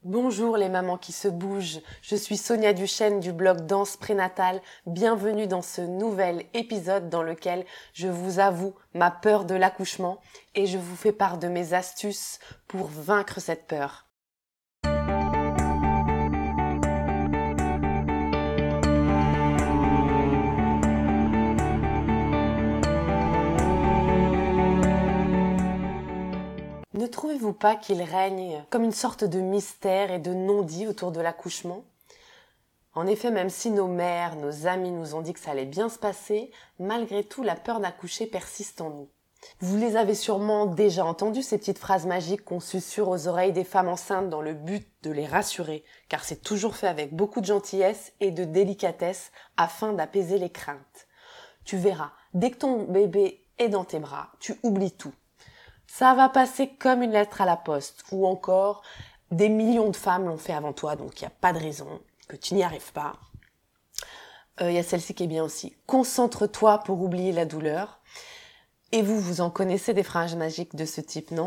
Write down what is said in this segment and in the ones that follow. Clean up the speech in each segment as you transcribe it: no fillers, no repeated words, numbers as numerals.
Bonjour les mamans qui se bougent, je suis Sonia Duchesne du blog Danse Prénatale. Bienvenue dans ce nouvel épisode dans lequel je vous avoue ma peur de l'accouchement et je vous fais part de mes astuces pour vaincre cette peur. Ne trouvez-vous pas qu'il règne comme une sorte de mystère et de non-dit autour de l'accouchement ? En effet, même si nos mères, nos amis nous ont dit que ça allait bien se passer, malgré tout, la peur d'accoucher persiste en nous. Vous les avez sûrement déjà entendues, ces petites phrases magiques qu'on susurre aux oreilles des femmes enceintes dans le but de les rassurer, car c'est toujours fait avec beaucoup de gentillesse et de délicatesse afin d'apaiser les craintes. Tu verras, dès que ton bébé est dans tes bras, tu oublies tout. Ça va passer comme une lettre à la poste, ou encore des millions de femmes l'ont fait avant toi, donc il n'y a pas de raison que tu n'y arrives pas. Il y a celle-ci qui est bien aussi. Concentre-toi pour oublier la douleur. Et vous en connaissez des phrases magiques de ce type, non ?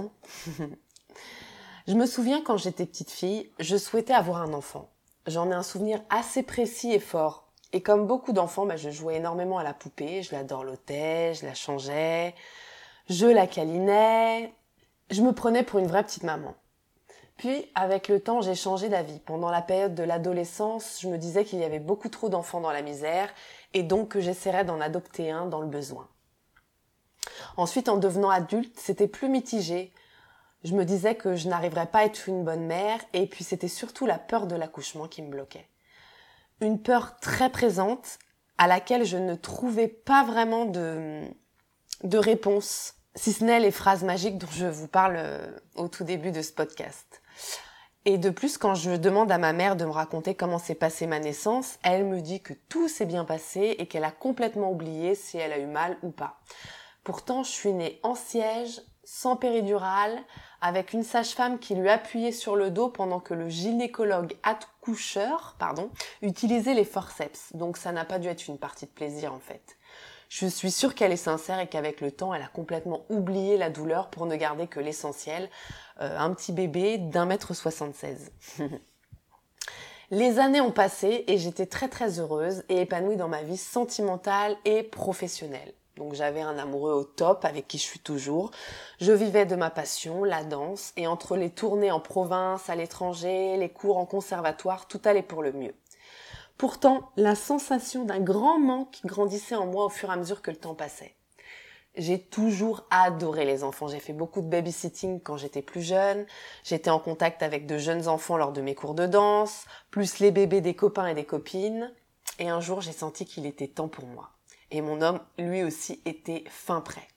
Je me souviens quand j'étais petite fille, je souhaitais avoir un enfant. J'en ai un souvenir assez précis et fort. Et comme beaucoup d'enfants, je jouais énormément à la poupée, je la dorlotais, je la changeais, je la câlinais, je me prenais pour une vraie petite maman. Puis, avec le temps, j'ai changé d'avis. Pendant la période de l'adolescence, je me disais qu'il y avait beaucoup trop d'enfants dans la misère et donc que j'essaierais d'en adopter un dans le besoin. Ensuite, en devenant adulte, c'était plus mitigé. Je me disais que je n'arriverais pas à être une bonne mère et puis c'était surtout la peur de l'accouchement qui me bloquait. Une peur très présente à laquelle je ne trouvais pas vraiment de réponse, si ce n'est les phrases magiques dont je vous parle au tout début de ce podcast. Et de plus, quand je demande à ma mère de me raconter comment s'est passée ma naissance, elle me dit que tout s'est bien passé et qu'elle a complètement oublié si elle a eu mal ou pas. Pourtant, je suis née en siège, sans péridurale, avec une sage-femme qui lui appuyait sur le dos pendant que le gynécologue accoucheur, utilisait les forceps. Donc ça n'a pas dû être une partie de plaisir en fait. Je suis sûre qu'elle est sincère et qu'avec le temps, elle a complètement oublié la douleur pour ne garder que l'essentiel, un petit bébé d'1m76. Les années ont passé et j'étais très très heureuse et épanouie dans ma vie sentimentale et professionnelle. Donc j'avais un amoureux au top avec qui je suis toujours. Je vivais de ma passion, la danse, et entre les tournées en province, à l'étranger, les cours en conservatoire, tout allait pour le mieux. Pourtant, la sensation d'un grand manque grandissait en moi au fur et à mesure que le temps passait. J'ai toujours adoré les enfants. J'ai fait beaucoup de babysitting quand j'étais plus jeune. J'étais en contact avec de jeunes enfants lors de mes cours de danse, plus les bébés des copains et des copines. Et un jour, j'ai senti qu'il était temps pour moi. Et mon homme, lui aussi, était fin prêt.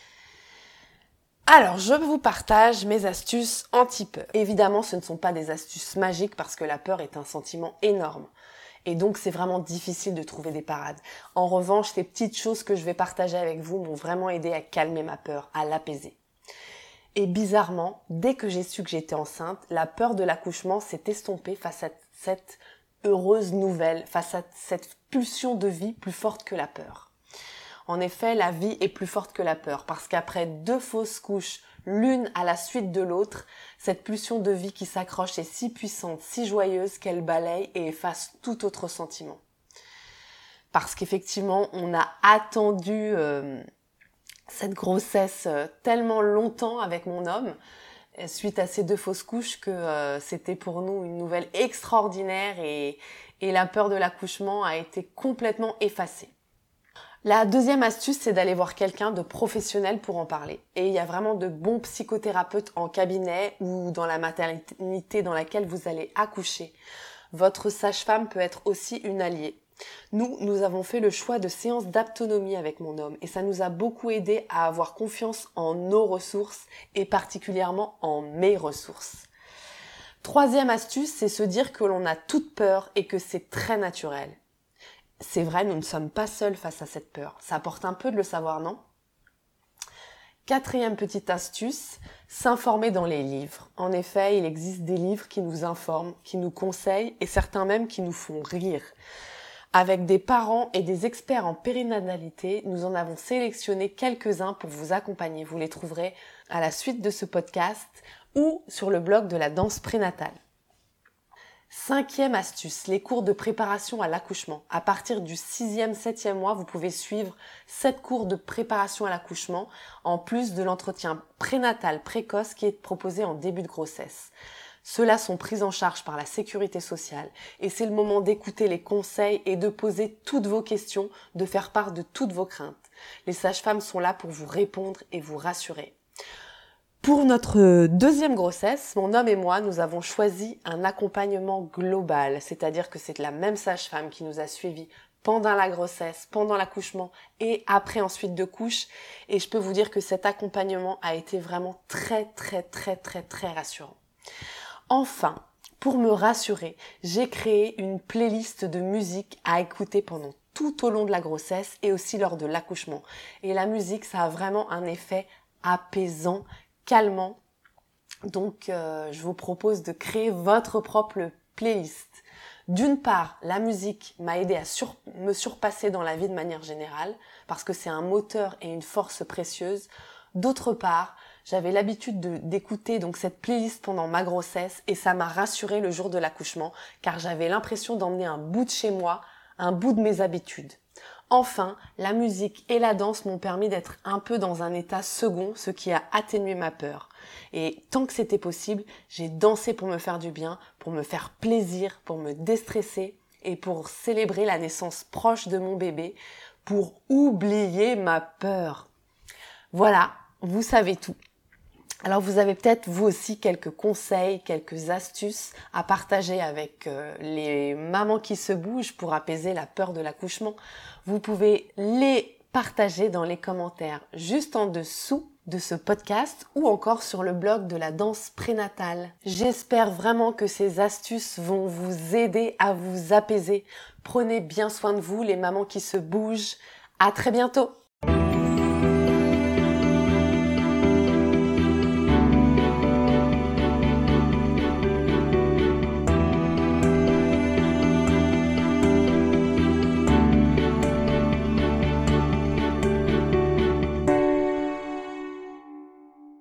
Alors, je vous partage mes astuces anti-peur. Évidemment, ce ne sont pas des astuces magiques parce que la peur est un sentiment énorme. Et donc, c'est vraiment difficile de trouver des parades. En revanche, les petites choses que je vais partager avec vous m'ont vraiment aidé à calmer ma peur, à l'apaiser. Et bizarrement, dès que j'ai su que j'étais enceinte, la peur de l'accouchement s'est estompée face à cette heureuse nouvelle, face à cette pulsion de vie plus forte que la peur. En effet, la vie est plus forte que la peur, parce qu'après 2 fausses couches, l'une à la suite de l'autre, cette pulsion de vie qui s'accroche est si puissante, si joyeuse qu'elle balaye et efface tout autre sentiment. Parce qu'effectivement, on a attendu cette grossesse tellement longtemps avec mon homme, suite à ces 2 fausses couches, que c'était pour nous une nouvelle extraordinaire et la peur de l'accouchement a été complètement effacée. La deuxième astuce, c'est d'aller voir quelqu'un de professionnel pour en parler. Et il y a vraiment de bons psychothérapeutes en cabinet ou dans la maternité dans laquelle vous allez accoucher. Votre sage-femme peut être aussi une alliée. Nous avons fait le choix de séances d'autonomie avec mon homme et ça nous a beaucoup aidé à avoir confiance en nos ressources et particulièrement en mes ressources. Troisième astuce, c'est se dire que l'on a toute peur et que c'est très naturel. C'est vrai, nous ne sommes pas seuls face à cette peur. Ça apporte un peu de le savoir, non ? Quatrième petite astuce, s'informer dans les livres. En effet, il existe des livres qui nous informent, qui nous conseillent et certains même qui nous font rire. Avec des parents et des experts en périnatalité, nous en avons sélectionné quelques-uns pour vous accompagner. Vous les trouverez à la suite de ce podcast ou sur le blog de la danse prénatale. 5e astuce, les cours de préparation à l'accouchement. À partir du 6e, 7e mois, vous pouvez suivre 7 cours de préparation à l'accouchement, en plus de l'entretien prénatal précoce qui est proposé en début de grossesse. Ceux-là sont pris en charge par la sécurité sociale et c'est le moment d'écouter les conseils et de poser toutes vos questions, de faire part de toutes vos craintes. Les sages-femmes sont là pour vous répondre et vous rassurer. Pour notre 2e grossesse, mon homme et moi, nous avons choisi un accompagnement global, c'est-à-dire que c'est la même sage-femme qui nous a suivis pendant la grossesse, pendant l'accouchement et après ensuite de couche. Et je peux vous dire que cet accompagnement a été vraiment très rassurant. Enfin, pour me rassurer, j'ai créé une playlist de musique à écouter pendant tout au long de la grossesse et aussi lors de l'accouchement. Et la musique, ça a vraiment un effet apaisant, calmant. Donc, je vous propose de créer votre propre playlist. D'une part, la musique m'a aidé à me surpasser dans la vie de manière générale, parce que c'est un moteur et une force précieuse. D'autre part, j'avais l'habitude d'écouter donc cette playlist pendant ma grossesse et ça m'a rassurée le jour de l'accouchement, car j'avais l'impression d'emmener un bout de chez moi, un bout de mes habitudes. Enfin, la musique et la danse m'ont permis d'être un peu dans un état second, ce qui a atténué ma peur. Et tant que c'était possible, j'ai dansé pour me faire du bien, pour me faire plaisir, pour me déstresser et pour célébrer la naissance proche de mon bébé, pour oublier ma peur. Voilà, vous savez tout. Alors vous avez peut-être vous aussi quelques conseils, quelques astuces à partager avec les mamans qui se bougent pour apaiser la peur de l'accouchement. Vous pouvez les partager dans les commentaires juste en dessous de ce podcast ou encore sur le blog de la danse prénatale. J'espère vraiment que ces astuces vont vous aider à vous apaiser. Prenez bien soin de vous les mamans qui se bougent. À très bientôt!